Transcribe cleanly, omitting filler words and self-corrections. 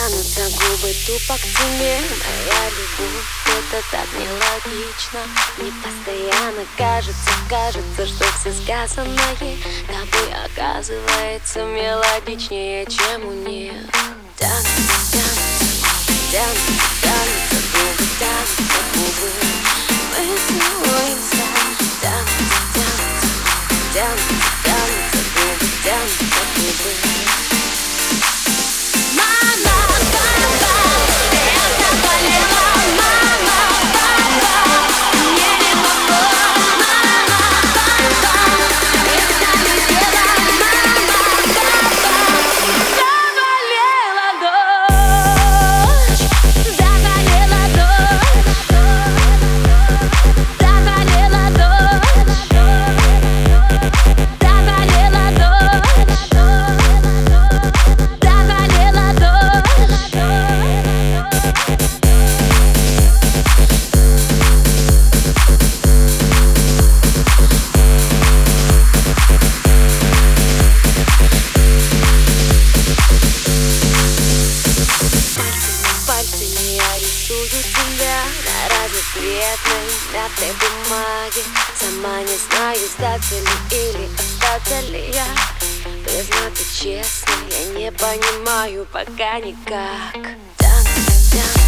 Тянутся губы тупо к тебе, моя любовь. Это так нелогично. Мне постоянно кажется, что все сказанное тобой оказывается мелодичнее, чем у них. Тянутся губы, мы целуемся. Тянутся губы. Я рисую тебя на разноцветной мятой бумаге. Сама не знаю, сдаться ли или остаться ли я. Признаться честно, я не понимаю пока никак. Тянутся